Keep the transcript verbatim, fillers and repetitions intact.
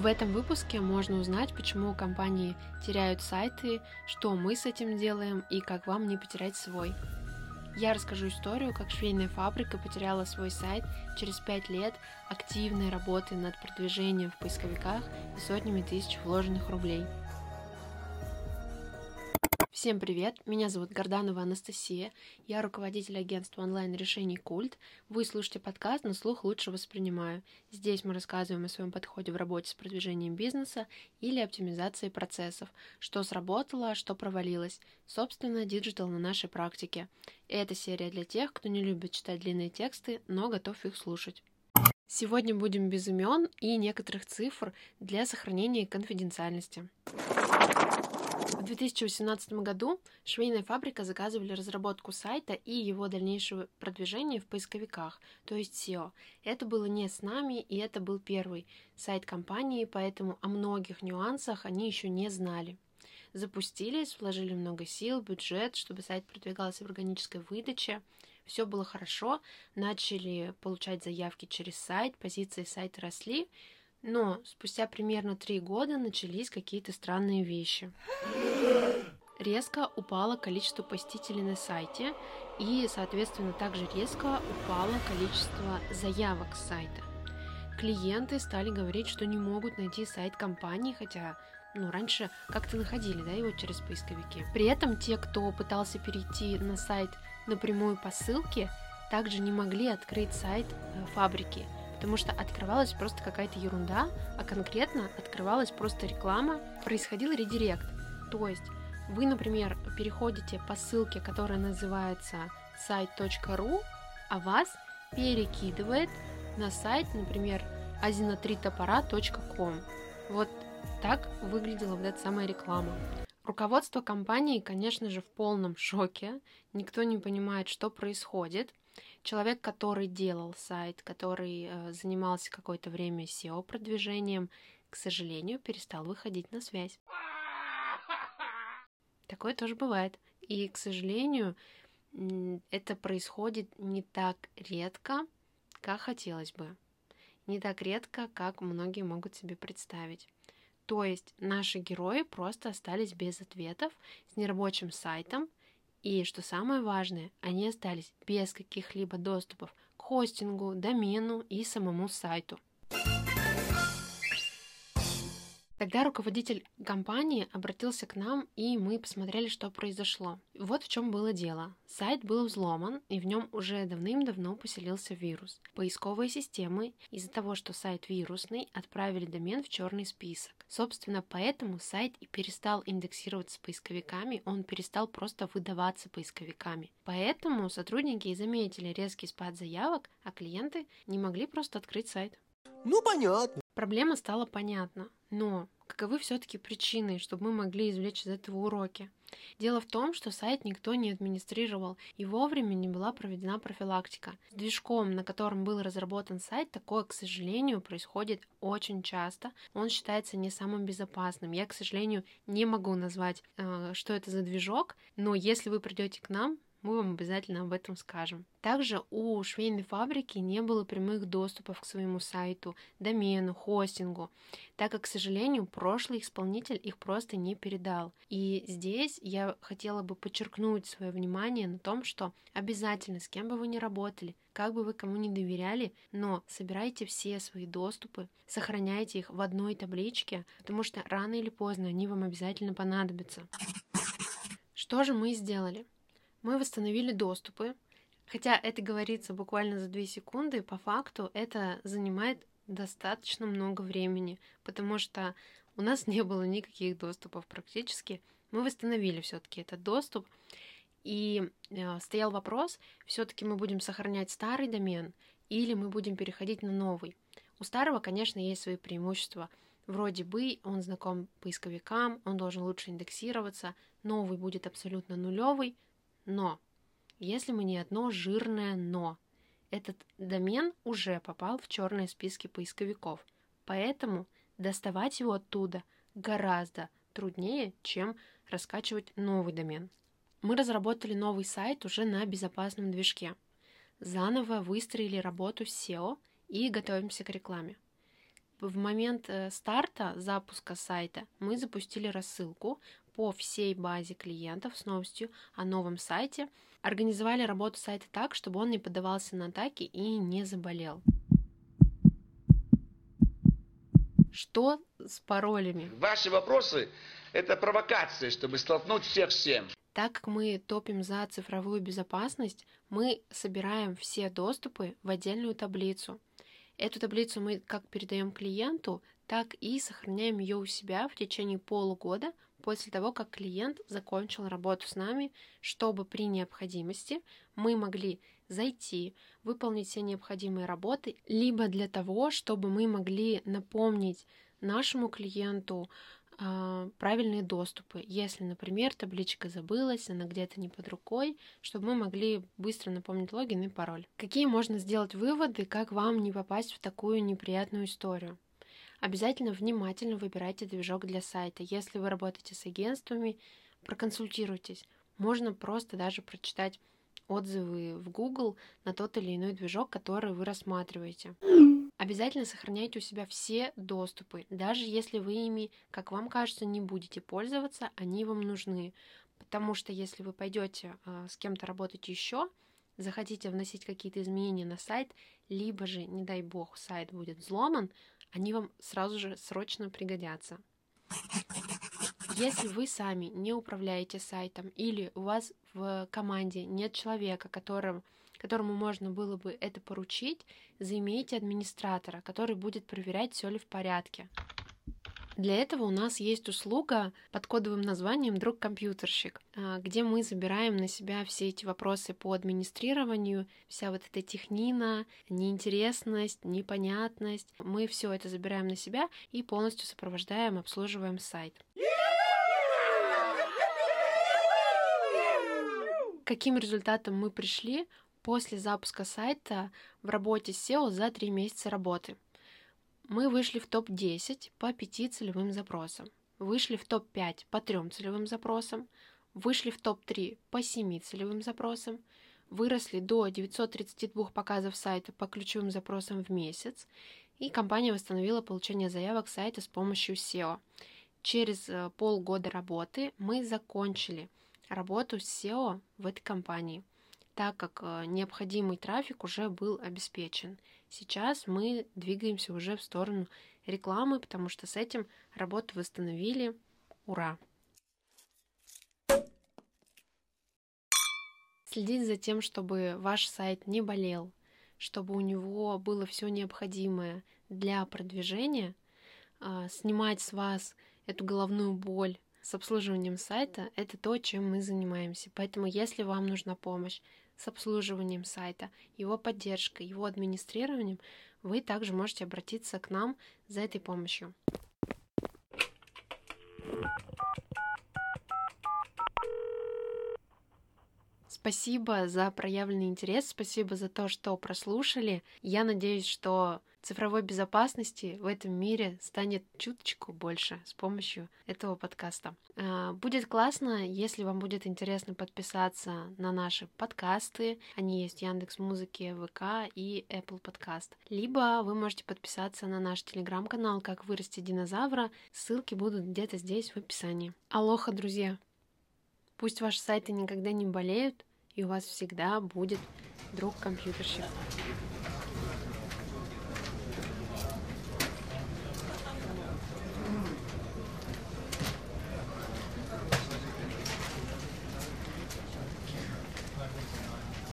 В этом выпуске можно узнать, почему компании теряют сайты, что мы с этим делаем и как вам не потерять свой. Я расскажу историю, как швейная фабрика потеряла свой сайт через пять лет активной работы над продвижением в поисковиках и сотнями тысяч вложенных рублей. Всем привет, меня зовут Горданова Анастасия, я руководитель агентства онлайн-решений Культ. Вы слушаете подкаст «На слух лучше воспринимаю». Здесь мы рассказываем о своем подходе в работе с продвижением бизнеса или оптимизацией процессов, что сработало, что провалилось, собственно, диджитал на нашей практике. Это серия для тех, кто не любит читать длинные тексты, но готов их слушать. Сегодня будем без имен и некоторых цифр для сохранения конфиденциальности. В две тысячи восемнадцатом году швейная фабрика заказывали разработку сайта и его дальнейшее продвижение в поисковиках, то есть сео. Это было не с нами, и это был первый сайт компании, поэтому о многих нюансах они еще не знали. Запустились, вложили много сил, бюджет, чтобы сайт продвигался в органической выдаче. Все было хорошо, начали получать заявки через сайт, позиции сайта росли. Но спустя примерно три года начались какие-то странные вещи. Резко упало количество посетителей на сайте, и, соответственно, также резко упало количество заявок с сайта. Клиенты стали говорить, что не могут найти сайт компании, хотя ну, раньше как-то находили, да, его через поисковики. При этом те, кто пытался перейти на сайт напрямую по ссылке, также не могли открыть сайт фабрики, потому что открывалась просто какая-то ерунда, а конкретно открывалась просто реклама, происходил редирект. То есть вы, например, переходите по ссылке, которая называется сайт точка ру, а вас перекидывает на сайт, например, азино три топора точка ком. Вот так выглядела вот эта самая реклама. Руководство компании, конечно же, в полном шоке, никто не понимает, что происходит. Человек, который делал сайт, который э, занимался какое-то время сео-продвижением, к сожалению, перестал выходить на связь. Такое тоже бывает. И, к сожалению, это происходит не так редко, как хотелось бы. Не так редко, как многие могут себе представить. То есть наши герои просто остались без ответов, с нерабочим сайтом, и, что самое важное, они остались без каких-либо доступов к хостингу, домену и самому сайту. Тогда руководитель компании обратился к нам, и мы посмотрели, что произошло. Вот в чем было дело. Сайт был взломан, и в нем уже давным-давно поселился вирус. Поисковые системы из-за того, что сайт вирусный, отправили домен в черный список. Собственно, поэтому сайт и перестал индексироваться поисковиками, он перестал просто выдаваться поисковиками. Поэтому сотрудники и заметили резкий спад заявок, а клиенты не могли просто открыть сайт. Ну, понятно. Проблема стала понятна, но каковы все-таки причины, чтобы мы могли извлечь из этого уроки? Дело в том, что сайт никто не администрировал, и вовремя не была проведена профилактика. С движком, на котором был разработан сайт, такое, к сожалению, происходит очень часто. Он считается не самым безопасным. Я, к сожалению, не могу назвать, э, что это за движок, но если вы придете к нам, мы вам обязательно об этом скажем. Также у швейной фабрики не было прямых доступов к своему сайту, домену, хостингу, так как, к сожалению, прошлый исполнитель их просто не передал. И здесь я хотела бы подчеркнуть свое внимание на том, что обязательно, с кем бы вы ни работали, как бы вы кому ни доверяли, но собирайте все свои доступы, сохраняйте их в одной табличке, потому что рано или поздно они вам обязательно понадобятся. Что же мы сделали? Мы восстановили доступы, хотя это говорится буквально за две секунды, по факту это занимает достаточно много времени, потому что у нас не было никаких доступов практически. Мы восстановили все-таки этот доступ, и э, стоял вопрос, все-таки мы будем сохранять старый домен или мы будем переходить на новый. У старого, конечно, есть свои преимущества. Вроде бы он знаком поисковикам, он должен лучше индексироваться, новый будет абсолютно нулевый. Но, если мы не одно жирное «но», этот домен уже попал в черные списки поисковиков, поэтому доставать его оттуда гораздо труднее, чем раскачивать новый домен. Мы разработали новый сайт уже на безопасном движке, заново выстроили работу с сео и готовимся к рекламе. В момент старта запуска сайта мы запустили рассылку по всей базе клиентов с новостью о новом сайте, организовали работу сайта так, чтобы он не поддавался на атаки и не заболел. Что с паролями? Ваши вопросы – это провокация, чтобы столкнуть всех с тем. Так как мы топим за цифровую безопасность, мы собираем все доступы в отдельную таблицу. Эту таблицу мы как передаем клиенту, так и сохраняем ее у себя в течение полугода после того, как клиент закончил работу с нами, чтобы при необходимости мы могли зайти, выполнить все необходимые работы, либо для того, чтобы мы могли напомнить нашему клиенту э, правильные доступы. Если, например, табличка забылась, она где-то не под рукой, чтобы мы могли быстро напомнить логин и пароль. Какие можно сделать выводы, как вам не попасть в такую неприятную историю? Обязательно внимательно выбирайте движок для сайта. Если вы работаете с агентствами, проконсультируйтесь. Можно просто даже прочитать отзывы в Google на тот или иной движок, который вы рассматриваете. Обязательно сохраняйте у себя все доступы, даже если вы ими, как вам кажется, не будете пользоваться, они вам нужны. Потому что если вы пойдете э, с кем-то работать еще, захотите вносить какие-то изменения на сайт, либо же, не дай бог, сайт будет взломан, они вам сразу же срочно пригодятся. Если вы сами не управляете сайтом или у вас в команде нет человека, которым, которому можно было бы это поручить, заимейте администратора, который будет проверять, все ли в порядке. Для этого у нас есть услуга под кодовым названием «Друг-компьютерщик», где мы забираем на себя все эти вопросы по администрированию, вся вот эта технина, неинтересность, непонятность. Мы все это забираем на себя и полностью сопровождаем, обслуживаем сайт. К каким результатам мы пришли после запуска сайта в работе с сео за три месяца работы? Мы вышли в топ десять по пяти целевым запросам, вышли в топ пять по трем целевым запросам, вышли в топ три по семи целевым запросам, выросли до девятисот тридцати двух показов сайта по ключевым запросам в месяц, и компания восстановила получение заявок сайта с помощью сео. Через полгода работы мы закончили работу с сео в этой компании, так как необходимый трафик уже был обеспечен. Сейчас мы двигаемся уже в сторону рекламы, потому что с этим работу восстановили. Ура! Следить за тем, чтобы ваш сайт не болел, чтобы у него было все необходимое для продвижения, снимать с вас эту головную боль с обслуживанием сайта, это то, чем мы занимаемся. Поэтому, если вам нужна помощь с обслуживанием сайта, его поддержкой, его администрированием, вы также можете обратиться к нам за этой помощью. Спасибо за проявленный интерес, спасибо за то, что прослушали. Я надеюсь, что цифровой безопасности в этом мире станет чуточку больше с помощью этого подкаста. Будет классно, если вам будет интересно подписаться на наши подкасты. Они есть в Яндекс.Музыке, ВК и Apple Podcast. Либо вы можете подписаться на наш телеграм-канал «Как вырастить динозавра». Ссылки будут где-то здесь в описании. Алоха, друзья! Пусть ваши сайты никогда не болеют, и у вас всегда будет друг-компьютерщик.